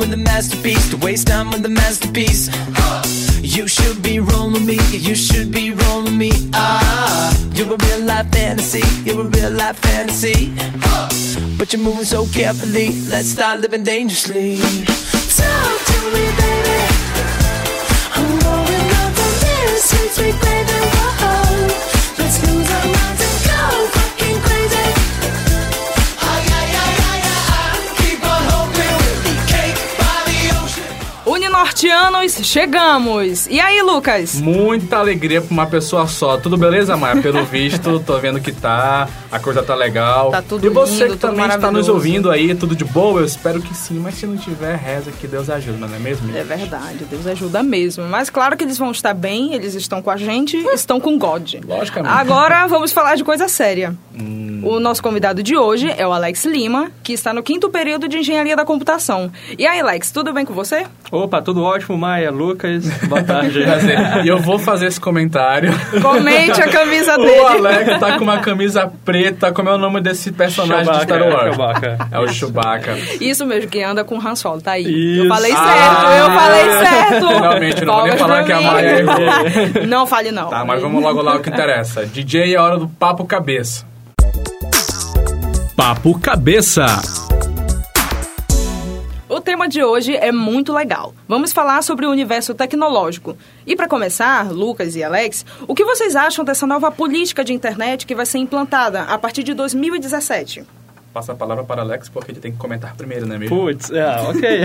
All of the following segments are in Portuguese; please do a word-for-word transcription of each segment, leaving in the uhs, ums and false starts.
with a masterpiece, to waste time with a masterpiece. You should be rolling me, you should be rolling me. Ah, you're a real life fantasy, you're a real life fantasy. But you're moving so carefully, let's start living dangerously. Talk to me, baby. I'm going up from this sweet, sweet baby. Whoa, let's lose our minds and go fucking crazy. Ay, ay, ay, ay, ay, keep on hoping we'll be cake by the ocean. Uninortianos, chegamos! E aí, Lucas? Muita alegria pra uma pessoa só. Tudo beleza, Maia? Pelo visto, tô vendo que tá. A coisa tá legal. Tá tudo E você lindo, que também está nos ouvindo aí, tudo de boa? Eu espero que sim, mas se não tiver, reza que Deus ajuda, não é mesmo? É verdade, Deus ajuda mesmo. Mas claro que eles vão estar bem, eles estão com a gente, estão com God. Logicamente. Agora vamos falar de coisa séria. Hum. O nosso convidado de hoje é o Alex Lima, que está no quinto período de Engenharia da Computação. E aí, Alex, tudo bem com você? Opa, tudo ótimo, Maia, Lucas, boa tarde. E eu vou fazer esse comentário. Comente a camisa dele. O Alex tá com uma camisa preta, como é o nome desse personagem Chewbacca, de Star Wars? É, Chewbacca. É o Chewbacca. Isso mesmo, que anda com Han Solo, tá aí. Isso. Eu falei Ah, certo, eu falei certo. Finalmente, não vou nem Palmas falar pra que a mim. Maia errou. Não fale não. Tá, mas vamos logo lá o que interessa. D J, é hora do Papo Cabeça. Papo Cabeça. O tema de hoje é muito legal. Vamos falar sobre o universo tecnológico. E para começar, Lucas e Alex, o que vocês acham dessa nova política de internet que vai ser implantada a partir de dois mil e dezessete? Passa a palavra para Alex, porque ele tem que comentar primeiro, não é mesmo? Putz, é, ok.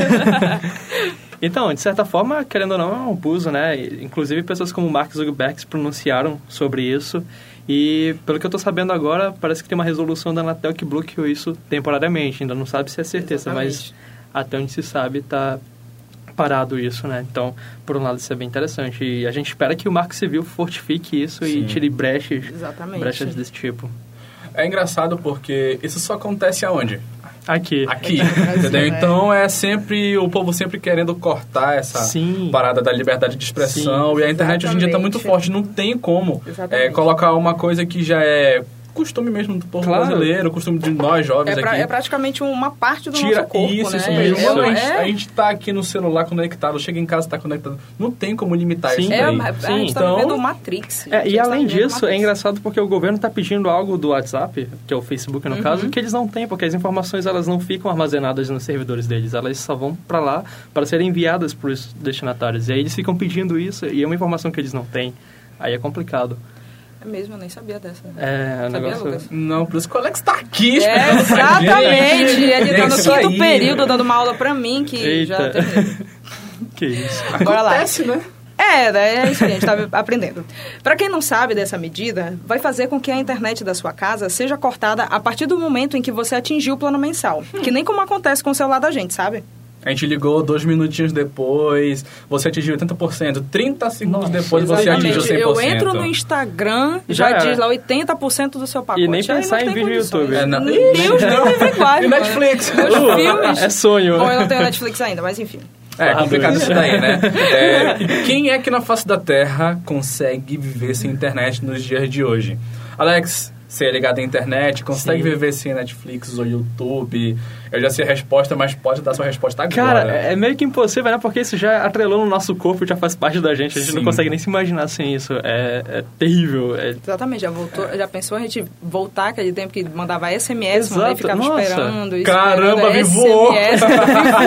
Então, de certa forma, querendo ou não, é um abuso, né? Inclusive, pessoas como Mark Zuckerberg se pronunciaram sobre isso. E, pelo que eu tô sabendo agora, parece que tem uma resolução da Anatel que bloqueou isso temporariamente. Ainda não sabe se é certeza, Exatamente. mas até onde se sabe, tá parado isso, né? Então, por um lado, isso é bem interessante. E a gente espera que o Marco Civil fortifique isso Sim. e tire brechas, Exatamente. brechas desse tipo. É engraçado porque isso só acontece aonde? Aqui. Aqui, Aqui no Brasil, entendeu? né? Então é sempre, o povo sempre querendo cortar essa Sim. parada da liberdade de expressão. Sim. E a internet hoje em dia tá muito Exatamente. forte, não tem como Exatamente. é, colocar uma coisa que já é costume mesmo do povo Claro. brasileiro, costume de nós jovens É, pra, aqui. é praticamente uma parte do Tira nosso corpo, isso, né? isso mesmo. É, Mano, a, é, gente, a gente tá aqui no celular conectado, chega em casa, tá conectado. Não tem como limitar Sim. isso é, daí. a, a Sim. gente tá Então- vivendo o Matrix. É, A gente e tá além vivendo disso, é Matrix. engraçado porque o governo está pedindo algo do WhatsApp, que é o Facebook no caso, que eles não têm, porque as informações elas não ficam armazenadas nos servidores deles, elas só vão para lá para serem enviadas para os destinatários. E aí eles ficam pedindo isso, e é uma informação que eles não têm. Aí é complicado. É mesmo, eu nem sabia dessa. É, o Sabia, negócio... Lucas? Não, por isso que o Alex tá aqui. É, exatamente. Ele É tá no isso quinto aí. período dando uma aula pra mim, que Eita. já terminei. Que isso. Bora lá. Acontece, né? É, é isso que a gente tá aprendendo. Pra quem não sabe dessa medida, vai fazer com que a internet da sua casa seja cortada a partir do momento em que você atingiu o plano mensal. Que nem como acontece com o celular da gente, sabe? A gente ligou dois minutinhos depois, você atingiu oitenta por cento. trinta segundos depois você Exatamente. atingiu cem por cento. Eu entro no Instagram, já, Já diz era. lá oitenta por cento do seu pacote. E nem Aí não pensar tem em vídeo condições. YouTube. É, não. Nem os filmes iguais. E Netflix? Os filmes... É sonho. Bom, eu não tenho Netflix ainda, mas enfim. É, Ah, complicado dois. isso daí, né? É, e quem é que na face da Terra consegue viver sem internet nos dias de hoje? Alex, você é ligado à internet, consegue Sim. viver sem Netflix ou YouTube? Eu já sei a resposta, mas pode dar sua resposta agora. Cara, é meio que impossível, né? Porque isso já atrelou no nosso corpo, já faz parte da gente. A gente Sim. não consegue nem se imaginar sem isso. É, é terrível. É... Exatamente, já voltou, já pensou a gente voltar aquele tempo que mandava S M S, mano, e Exato, ficava nossa. esperando. e Caramba, esperando me voou. S M S, me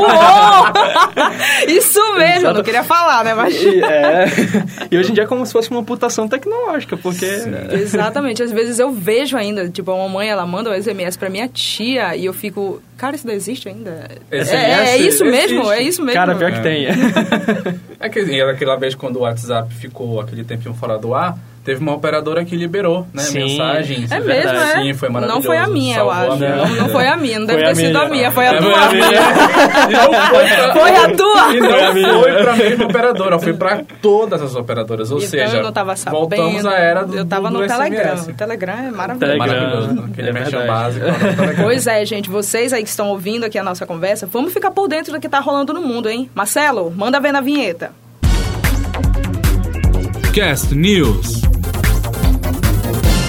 voou! Isso mesmo, eu não Exato. queria falar, né? Mas... E, é... e hoje em dia é como se fosse uma amputação tecnológica, porque... Exatamente, às vezes eu vejo ainda, tipo, a mamãe, ela manda um S M S pra minha tia e eu fico, cara, isso não existe ainda? S É, M S é isso existe. mesmo, é isso mesmo. Cara, pior que tem. É que e aquela vez quando o WhatsApp ficou aquele tempinho fora do ar, teve uma operadora que liberou, né, Sim. mensagens. É mesmo, é? Sim, foi maravilhoso. Não foi a minha, eu Salvou acho. a minha Não, vida. não foi a minha, não deve Foi a ter sido a minha. minha, foi a É, tua. foi a minha. E não foi pra... Foi a tua! E não foi pra mesma operadora, foi pra todas as operadoras. Ou Então seja, eu não tava sabendo. voltamos à era do Eu tava do no S M S. Telegram. O Telegram é maravilhoso. Telegram. Maravilhoso, aquele É merchan verdade. básico. no Telegram. Pois é, gente, vocês aí que estão ouvindo aqui a nossa conversa, vamos ficar por dentro do que tá rolando no mundo, hein? Marcelo, manda ver na vinheta. Cast News. Um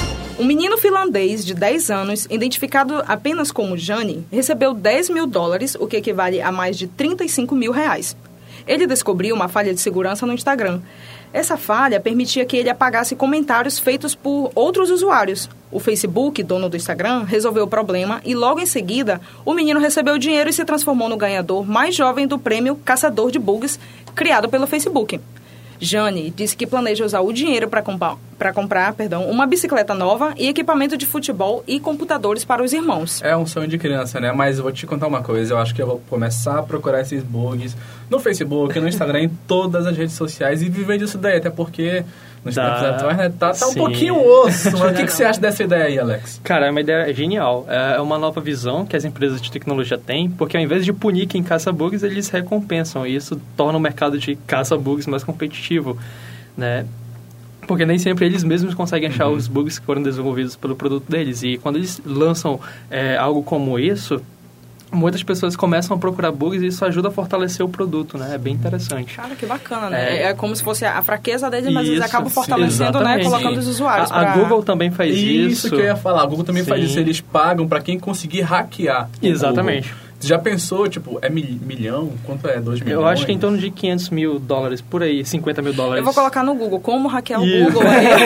menino finlandês de dez anos, identificado apenas como Jani, recebeu dez mil dólares, o que equivale a mais de trinta e cinco mil reais. Ele descobriu uma falha de segurança no Instagram. Essa falha permitia que ele apagasse comentários feitos por outros usuários. O Facebook, dono do Instagram, resolveu o problema e logo em seguida o menino recebeu o dinheiro e se transformou no ganhador mais jovem do prêmio Caçador de Bugs, criado pelo Facebook. Jani disse que planeja usar o dinheiro para comprar, para comprar perdão, uma bicicleta nova e equipamento de futebol e computadores para os irmãos. É um sonho de criança, né? Mas eu vou te contar uma coisa. Eu acho que eu vou começar a procurar esses bugs no Facebook, no Instagram, em todas as redes sociais e viver disso daí. Até porque nos tempos atuais, né? Tá, tá um pouquinho osso. Mas o que, que você acha dessa ideia aí, Alex? Cara, é uma ideia genial. É uma nova visão que as empresas de tecnologia têm, porque ao invés de punir quem caça bugs, eles recompensam. E isso torna o mercado de caça-bugs mais competitivo, né? Porque nem sempre eles mesmos conseguem achar uhum. os bugs que foram desenvolvidos pelo produto deles. E quando eles lançam é, algo como isso, muitas pessoas começam a procurar bugs e isso ajuda a fortalecer o produto, né? É bem interessante. Cara, que bacana, né? É, é como se fosse a fraqueza deles, mas eles isso, acabam fortalecendo, né? Colocando os usuários. A, pra... a Google também faz isso. Isso que eu ia falar. A Google também sim. faz isso. Eles pagam para quem conseguir hackear. Exatamente. Google. Você já pensou, tipo, é mil, milhão? Quanto é? dois milhões? Eu acho que é em torno de quinhentos mil dólares, por aí, cinquenta mil dólares. Eu vou colocar no Google, como hackear o isso. Google.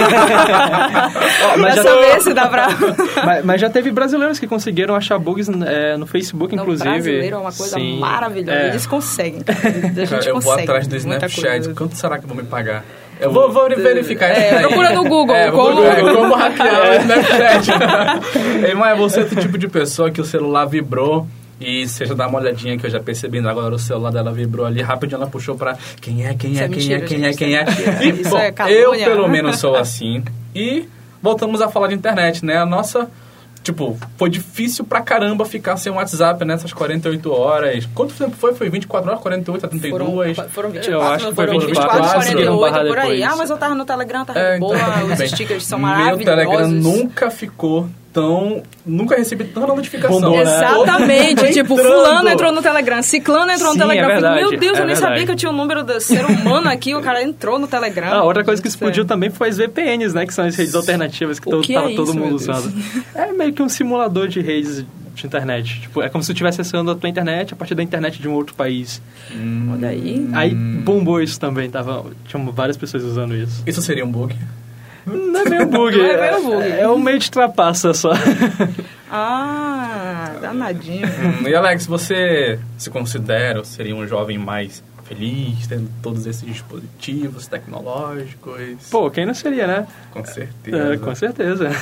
oh, mas pra saber tô... se dá pra... mas, mas já teve brasileiros que conseguiram achar bugs é, no Facebook, não, inclusive. Brasileiro é uma coisa sim. maravilhosa. É. Eles conseguem. A gente cara, eu consegue, vou atrás do Snapchat. Coisa. Quanto será que vão me pagar? Eu vou, vou verificar isso é, procura no Google. É, como... Google, como hackear o Snapchat. Ei, mas você é o tipo de pessoa que o celular vibrou e você já dá uma olhadinha que eu já percebi agora o celular dela vibrou ali, rapidinho ela puxou pra quem é, quem é, quem é, quem é, quem é. E, bom, eu pelo menos sou assim. E voltamos a falar de internet, né? A nossa... Tipo, foi difícil pra caramba ficar sem o WhatsApp nessas quarenta e oito horas. Quanto tempo foi? Foi vinte e quatro horas, quarenta e oito, setenta e duas? Foram, foram vinte e quatro, eu acho que foi vinte e quatro, quarenta e oito, por aí. Depois. Ah, mas eu tava no Telegram, tava é, de boa, então, os bem, stickers são maravilhosos. Meu Telegram nunca ficou tão... Nunca recebi tanta notificação. Bombou, né? Exatamente. Tipo, fulano entrou no Telegram, ciclano entrou Sim, no Telegram. É verdade, Meu Deus, é eu nem verdade. sabia que eu tinha o um número do ser humano aqui, o cara entrou no Telegram. Ah, outra coisa que explodiu também foi as V P Ns, né? Que são as redes alternativas que, todo, que tava é todo isso, mundo usando. É meio que um simulador de redes de internet. Tipo, é como se você estivesse acessando a tua internet a partir da internet de um outro país. Hum, Olha aí. Aí bombou isso também. Tava, tinham várias pessoas usando isso. Isso seria um bug? Não é meio bug. Não é meio bug. É, é um meio de trapaça só. Ah, danadinho. Hum, e Alex, você se considera ou seria um jovem mais feliz, tendo todos esses dispositivos tecnológicos? Pô, quem não seria, né? Com certeza. É, com certeza.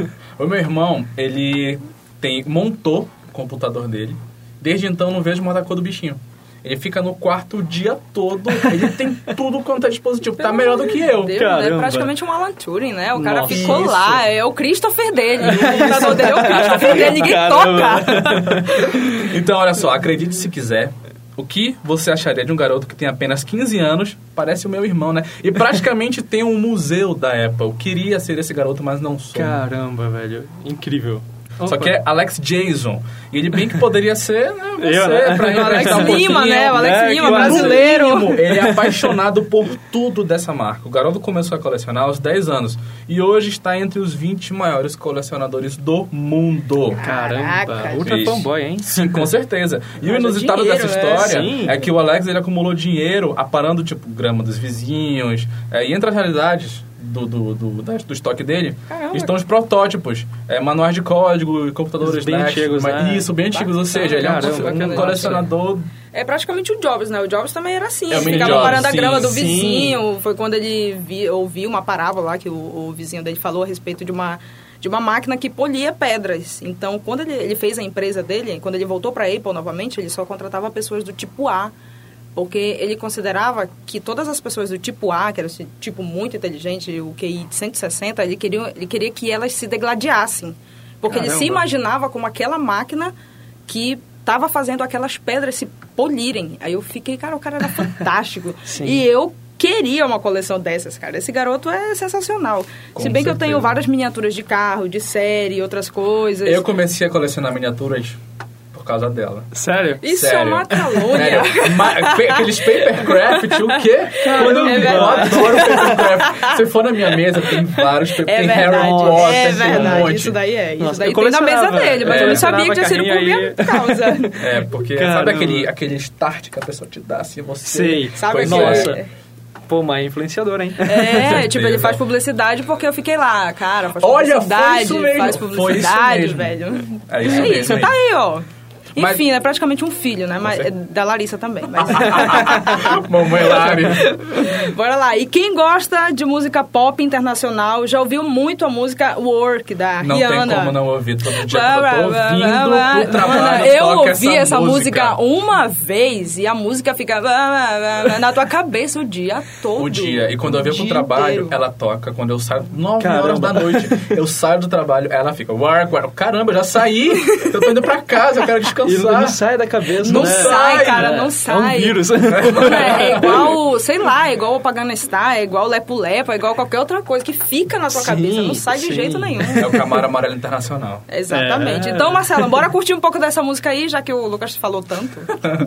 O meu irmão, ele tem, montou o computador dele. Desde então, não vejo mais a cor do bichinho. Ele fica no quarto o dia todo, ele tem tudo quanto é dispositivo. Tá melhor do que eu. Deus, é praticamente um Alan Turing, né? O cara Nossa, ficou isso. lá, é o Christopher dele. O computador dele é o Christopher dele, ninguém Caramba. toca. Então, olha só, acredite se quiser. O que você acharia de um garoto que tem apenas quinze anos, parece o meu irmão, né? E praticamente tem um museu da Apple. Eu queria ser esse garoto, mas não sou. Caramba, velho. Incrível. Só que é Alex Jason. E ele bem que poderia ser, né, você, Eu, né? pra O Alex emprestar um Lima, pouquinho, né? O Alex né? Lima, Que no brasileiro. mínimo, ele é apaixonado por tudo dessa marca. O garoto começou a colecionar aos dez anos. E hoje está entre os vinte maiores colecionadores do mundo. Caramba, Caraca, ultra gente. fanboy, hein? Sim, com certeza. E o Mas é inusitado dinheiro, dessa é. história Sim. é que o Alex ele acumulou dinheiro aparando, tipo, grama dos vizinhos. É, e entre as realidades do, do, do, da- do estoque dele Caramba. estão os protótipos. É, manuais de código, computadores Os bem Next, antigos, mas- né? Isso, bem antigos. Ou seja, ele é um, Caramba, um bacana. colecionador... É praticamente o Jobs, né? O Jobs também era assim. É o ele mini ficava Jobs, parando a sim, grama do sim. vizinho. Foi quando ele vi, ouviu uma parábola lá que o, o vizinho dele falou a respeito de uma, de uma máquina que polia pedras. Então, quando ele, ele fez a empresa dele, quando ele voltou para a Apple novamente, ele só contratava pessoas do tipo A. Porque ele considerava que todas as pessoas do tipo A, que era esse tipo muito inteligente, o Q I de cento e sessenta, ele queria, ele queria que elas se degladiassem. Porque ele se Caramba. imaginava como aquela máquina que estava fazendo aquelas pedras se polirem. Aí eu fiquei, cara, o cara era fantástico. Sim. E eu queria uma coleção dessas, cara. Esse garoto é sensacional. Com se bem que eu certeza. tenho várias miniaturas de carro, de série, outras coisas. Eu comecei a colecionar miniaturas por causa dela. Sério? Isso Sério. é uma calúnia. Sério. Ma- pe- aqueles papercraft, o quê? Quando eu, é eu verdade. adoro papercraft. Se for na minha mesa, tem vários paper, É tem Harry verdade, Potter, é tem um verdade. monte. Isso daí é. Isso Nossa, daí eu tem na mesa colecionava, dele, mas é, eu não sabia que tinha sido por colecionava minha a carrinha causa. É, porque Caramba. sabe aquele, aquele start que a pessoa te dá assim, você... Sei. Sabe Pois aquele- Nossa. Pô, mas é influenciador, hein? É, tipo, ele certeza. faz publicidade porque eu fiquei lá, cara, faz Olha, publicidade, foi isso mesmo, faz foi isso publicidade, mesmo. velho. É isso é mesmo, isso, hein? tá aí, ó. Mas- Enfim, é praticamente um filho, né? Mas, Você- é da Larissa também. Mas... Mamãe Lari. Bora lá. E quem gosta de música pop internacional já ouviu muito a música Work, da Não Rihanna. tem como não ouvir todo dia Blá, quando eu tô blá, ouvindo blá, blá, pro trabalho. Mano, eu toca ouvi essa música. música uma vez e a música fica blá, blá, blá, blá, na tua cabeça o dia todo. O dia. E quando eu O venho pro dia trabalho, inteiro. ela toca. Quando eu saio, nove Caramba. horas da noite, eu saio do trabalho, ela fica, work, work. Caramba, eu já saí. Eu tô indo pra casa, eu quero E descansar. não sai da cabeça, Não né? sai, cara, É, não É um sai. vírus. Mano, é, é igual, sei lá, é igual o Paganistar, é igual o Lepo Lepo, é igual qualquer outra coisa que fica na tua Sim, cabeça, não sai de sim. jeito nenhum. É o Camaro Amarelo Internacional. Exatamente. É. Então, Marcelo, bora curtir um pouco dessa música aí, já que o Lucas falou tanto.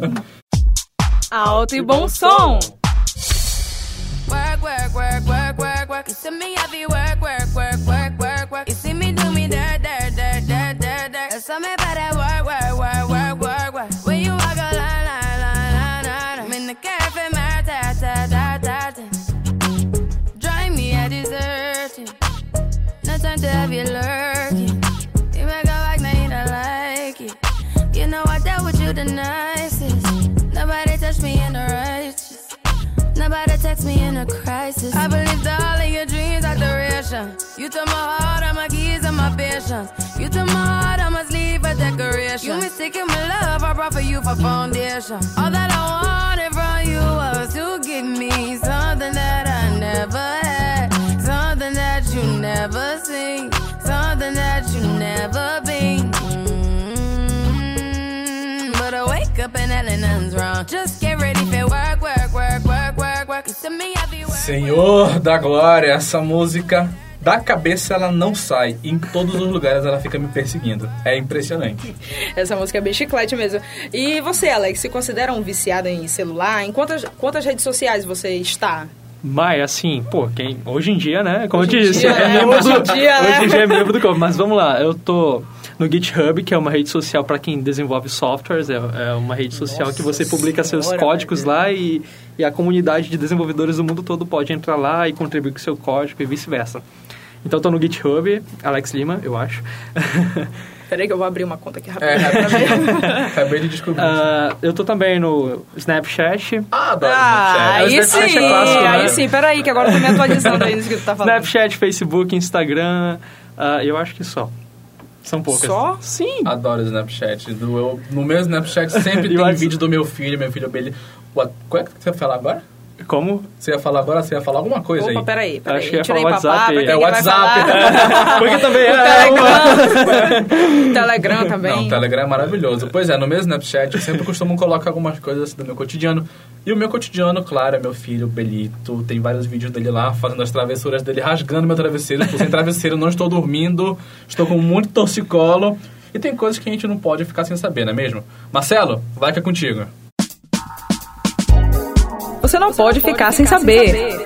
Alto e bom som! Work, work, work, work, work, work. You see me heavy work, work, work, work, work, work. You see me do me dirt, dirt, dirt, dirt, dirt, dirt. There's something about that work, work, work, work, work, work. When you walk a line, line, line, line, line. I'm in the cafe, my ta, ta, ta, ta, ta. Drive me a deserting. No time to have you lurking. You make a like, now you don't like it. You know I dealt with you the nicest. Nobody touched me in the righteous. Nobody text me in a crisis. I believed all of your dreams are duration. You took my heart, all my keys, and my patience. You took my heart, I must leave a decoration. You mistaken my love, I brought for you for foundation. All that I wanted from you was to give me something that I never had, something that you never seen, something that you never been. Mm-hmm. But I wake up and hell and nothing's wrong. Just get ready for work, work, work, work, work, work. You see me heavy work. Senhor da glória, essa música da cabeça ela não sai. Em todos os lugares ela fica me perseguindo. É impressionante. Essa música é bem chiclete mesmo. E você, Alex, se considera um viciado em celular? Em quantas, quantas redes sociais você está? Mas, assim, pô, quem, hoje em dia, né? Como Hoje eu em disse, dia, é né? membro Hoje do, em dia, né? hoje em dia é membro do corpo. Mas vamos lá, eu tô no GitHub, que é uma rede social para quem desenvolve softwares. É, é uma rede social Nossa que você publica seus senhora, códigos velho. lá e, e a comunidade de desenvolvedores do mundo todo pode entrar lá e contribuir com o seu código e vice-versa. Então, eu tô no GitHub, Alex Lima, eu acho. Peraí que eu vou abrir uma conta aqui É, rapidinho. acabei de descobrir. Ah, eu tô também no Snapchat. Ah, adoro Ah, Snapchat. aí O Snapchat sim, é clássico, né? aí sim. Peraí que agora eu tô me atualizando aí nisso que tu tá falando. Snapchat, Facebook, Instagram, ah, eu acho que só. São poucas. Só? Sim. Adoro o Snapchat. Do, eu, no meu Snapchat sempre E tem o WhatsApp? vídeo do meu filho, meu filho ele. What, qual é que você vai falar agora? Como? Você ia falar agora? Você ia falar alguma coisa Opa, aí? peraí, peraí. Acho que ia Tirei falar papá, WhatsApp. pra quem É que vai WhatsApp. falar? Porque também O é uma... Telegram. Telegram também. Não, o Telegram é maravilhoso. Pois é, no meu Snapchat eu sempre costumo colocar algumas coisas assim do meu cotidiano. E o meu cotidiano, claro, é meu filho, Belito. Tem vários vídeos dele lá, fazendo as travessuras dele, rasgando meu travesseiro. Estou sem travesseiro, não estou dormindo. Estou com muito torcicolo. E tem coisas que a gente não pode ficar sem saber, não é mesmo? Marcelo, vai que é contigo. Você não pode ficar sem saber.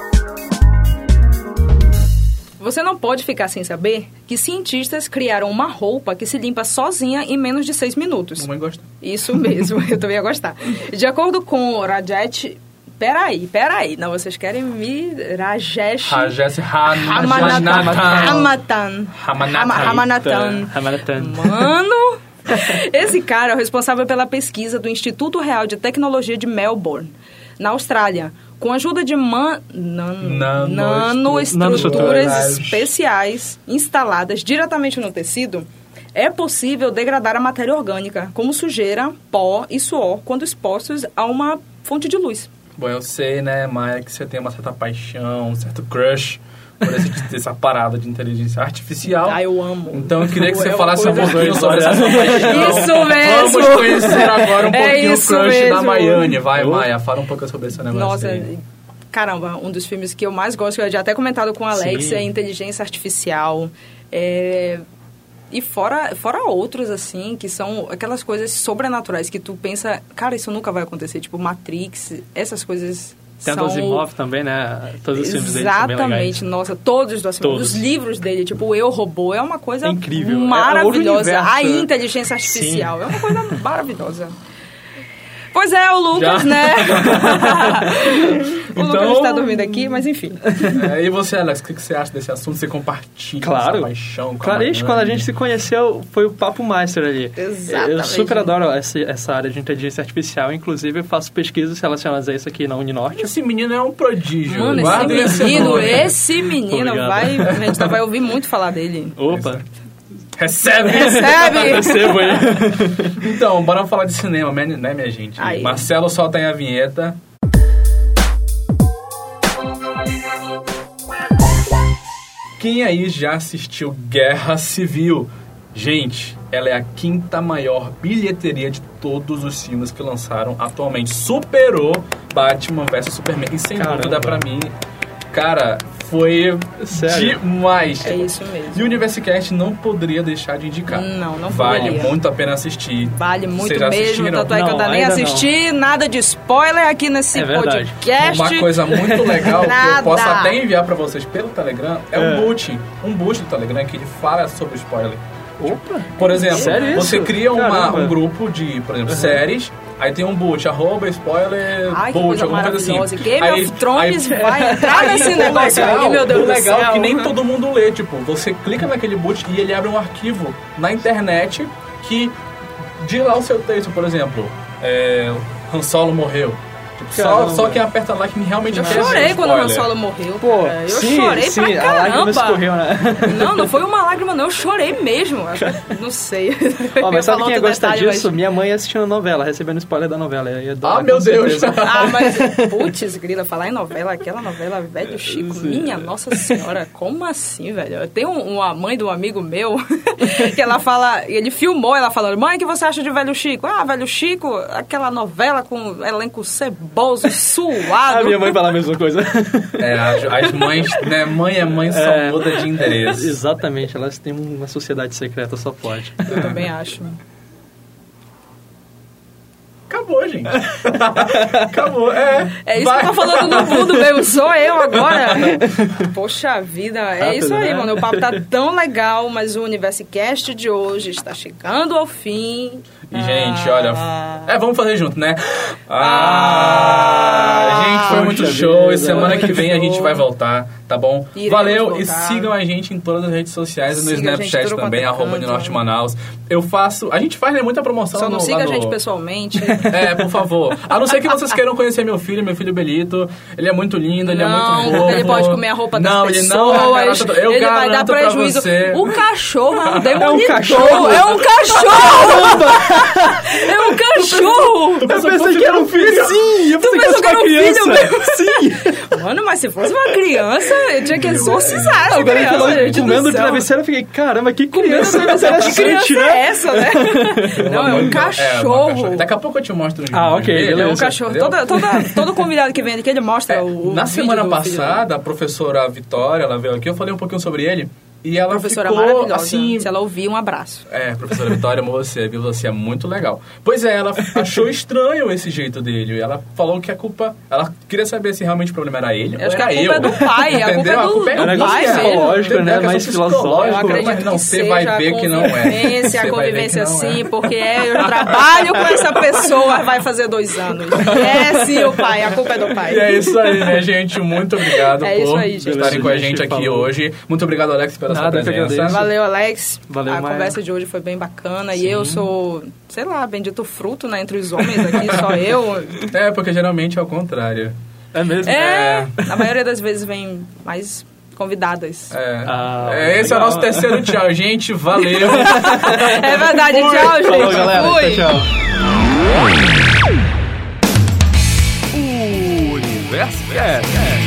Você não pode ficar sem saber que cientistas criaram uma roupa que se limpa sozinha em menos de seis minutos. Mamãe gosta. Isso mesmo, eu também ia gostar. De acordo com Rajesh... Peraí, peraí. Não, vocês querem me... Rajesh... Rajesh Ramanathan. Ramanathan. Ramanathan. Ramanathan. Ramanathan. Mano... Esse cara é o responsável pela pesquisa do Instituto Real de Tecnologia de Melbourne, na Austrália, com a ajuda de man... Nano... Nanoestru- nanoestruturas nanoestruturas. especiais instaladas diretamente no tecido, é possível degradar a matéria orgânica, como sujeira, pó e suor, quando expostos a uma fonte de luz. Bom, eu sei, né, Maia, que você tem uma certa paixão, um certo crush por esse, essa parada de inteligência artificial. Ah, eu amo. Então eu queria que você É uma falasse um coisa- pouquinho sobre essa sua paixão. Isso mesmo! Vamos conhecer agora um É pouquinho isso o crush mesmo. da Maiane. Vai, Maia, fala um pouco sobre esse negócio Nossa, aí. caramba, um dos filmes que eu mais gosto, que eu já até comentado com o Alex, Sim. é Inteligência Artificial. É... E fora, fora outros, assim, que são aquelas coisas sobrenaturais que tu pensa, cara, isso nunca vai acontecer. Tipo, Matrix, essas coisas Tem são... a Asimov também, né? Todos os filmes dele são bem legais. Exatamente, nossa, todos do Asimov. Todos. Os livros dele, tipo, o Eu, Robô, é uma coisa É incrível. maravilhosa. É outro A universo. inteligência artificial, Sim. é uma coisa maravilhosa. Pois é, o Lucas, Já? né? o Lucas Então- está dormindo aqui, mas enfim. É, e você, Alex, o que que você acha desse assunto? Você compartilha Claro. essa paixão com a Claro, desde Mariana? quando a gente se conheceu, foi o Papo Master ali. Exatamente. Eu super adoro essa, essa área de inteligência artificial. Inclusive, eu faço pesquisas relacionadas a isso aqui na Uninorte. Esse menino é um prodígio. Mano, Guardem esse esse menino, nome. esse menino Obrigado. vai... A gente vai ouvir muito falar dele. Opa, Recebe! Recebe! recebo aí. Então, bora falar de cinema, né, né, minha gente? Aí. Marcelo, solta aí a vinheta. Quem aí já assistiu Guerra Civil? Gente, ela é a quinta maior bilheteria de todos os filmes que lançaram atualmente. Superou Batman versus Superman. E sem Caramba. dúvida, pra mim, cara, foi Sério? demais. É isso mesmo. E o Universecast não poderia deixar de indicar. Não, não Vale poderia. muito a pena assistir. Vale muito Vocês já mesmo, assistiram? tanto é que eu Não, ainda nem ainda assisti, nada de spoiler aqui nesse É verdade. podcast. Uma coisa muito legal que eu Nada. posso até enviar pra vocês pelo Telegram é, É. um boot. Um boot do Telegram que ele fala sobre spoiler. Opa, Por exemplo, Sério isso? você cria uma, Caramba. um grupo de, por exemplo, séries, aí tem um boot, arroba, spoiler, Ai, que boot, coisa alguma coisa assim. maravilhosa. Game Aí- of Thrones aí- vai entrar Aí, nesse o negócio legal, aí, meu Deus o do legal céu. é que nem todo mundo lê, tipo, você clica naquele boot e ele abre um arquivo na internet que diz lá o seu texto, por exemplo, é, Han Solo morreu. Tipo, só, Caramba. só quem aperta lá que realmente Eu quer ver chorei quando o Han spoiler. Solo morreu, pô, cara. Eu sim, chorei sim, pra a caramba. lágrima escorreu, né? Não, não foi uma lágrima, não. Eu chorei mesmo. Não sei. Ó, mas sabe Falar quem ia outro gostar detalhe, disso? Minha mãe assistindo a novela, recebendo spoiler da novela. Eu ia adorar, Ah, meu com Deus. certeza. Ah, mas, putz, grila, falar em novela, aquela novela Velho Chico, minha nossa senhora, como assim, velho? Tem um, uma mãe de um amigo meu que ela fala, ele filmou ela falando, mãe, o que você acha de Velho Chico? Ah, Velho Chico, aquela novela com elenco ceboso, suado. A minha mãe fala a mesma coisa. É, as, as mães, né? Mãe é mãe, só É. muda de endereço. Exatamente, elas têm uma sociedade secreta, só pode. Eu também acho. Acabou, gente. Acabou, é. É isso Vai. que eu tô falando no mundo mesmo, sou eu agora. Poxa vida, é Rápido, isso aí, né? mano. O papo tá tão legal, mas o Universecast de hoje está chegando ao fim. E, gente, Ah. olha... É, vamos fazer junto, né? Ah, gente, foi muito Poxa show. vida. E semana que Muito vem a gente show. vai voltar, tá bom? Iremos Valeu e voltar. sigam a gente em todas as redes sociais e no Siga a gente Snapchat tudo quanto também, é arroba canto. Uninorte Manaus. Eu faço... A gente faz né, muita promoção Só não no, siga lá a no- gente pessoalmente. É, por favor. A não ser que vocês queiram conhecer meu filho, meu filho Belito. Ele é muito lindo, ele é Não, muito fofo. ele pode comer a roupa das não, pessoas. Ele não, é garota- eu ele vai dar garanto pra prejuízo. você. O cachorro é um demolidor. cachorro? É um cachorro! É um cachorro! Eu pensei que era um filho! Sim! Eu Tu pensei pensou que era um filho criança! Sim! Mano, mas se fosse uma criança, eu tinha que exorcizar essa Agora ele criança, falou gente do comendo o céu. travesseiro, eu fiquei, caramba, que Comendo criança! o travesseiro, que interessante, criança né? é essa, né? Não, é um É, um cachorro. Daqui a pouco eu te mostro os Ah, vídeos ok, dele, É um beleza. cachorro. entendeu? Toda, toda, todo convidado que vem aqui, ele mostra É, o, o na vídeo semana do filho dele. passada, a professora Vitória, ela veio aqui, eu falei um pouquinho sobre ele. E ela Professora ficou maravilhosa. assim... Se ela ouvir, um abraço. É, professora Vitória, amo você, viu? Você é muito legal. Pois é, ela achou estranho esse jeito dele. E ela falou que a culpa... Ela queria saber se realmente o problema era ele Eu ou acho que a era culpa eu. é do pai, a culpa Entendeu? é do- É um do negócio pai mesmo. psicológico, Entendeu? né? É questão Mais psicológica. filosófico. Eu acredito Mas não, que você seja vai a ver que não é. convivência, Você a vai ver convivência que não sim, é. porque eu trabalho com essa pessoa, vai fazer dois anos. É sim o pai, a culpa é do pai. E é isso aí, né, gente? Muito obrigado É por isso aí, gente. estarem com a Beleza, gente gente, aqui falou. hoje. Muito obrigado, Alex, pela Nada, sua eu que presença. agradeço. Valeu, Alex. Valeu, a Maia. conversa de hoje foi bem bacana. E eu sou, sei lá, bendito fruto, né? Entre os homens aqui, só eu. É, porque geralmente é o contrário. É mesmo? É, a maioria das vezes vem mais convidadas. É. Ah, É, esse é o legal. nosso terceiro tchau, gente. Valeu. É verdade, tchau, gente. Falou, galera. Fui. Tchau, tchau. Universo Cast.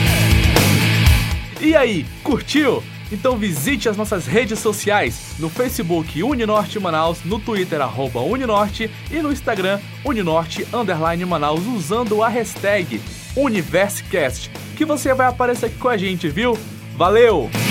E aí, curtiu? Então visite as nossas redes sociais, no Facebook Uninorte Manaus, no Twitter arroba Uninorte e no Instagram Uninorte underline Manaus usando a hashtag UniverseCast, que você vai aparecer aqui com a gente, viu? Valeu!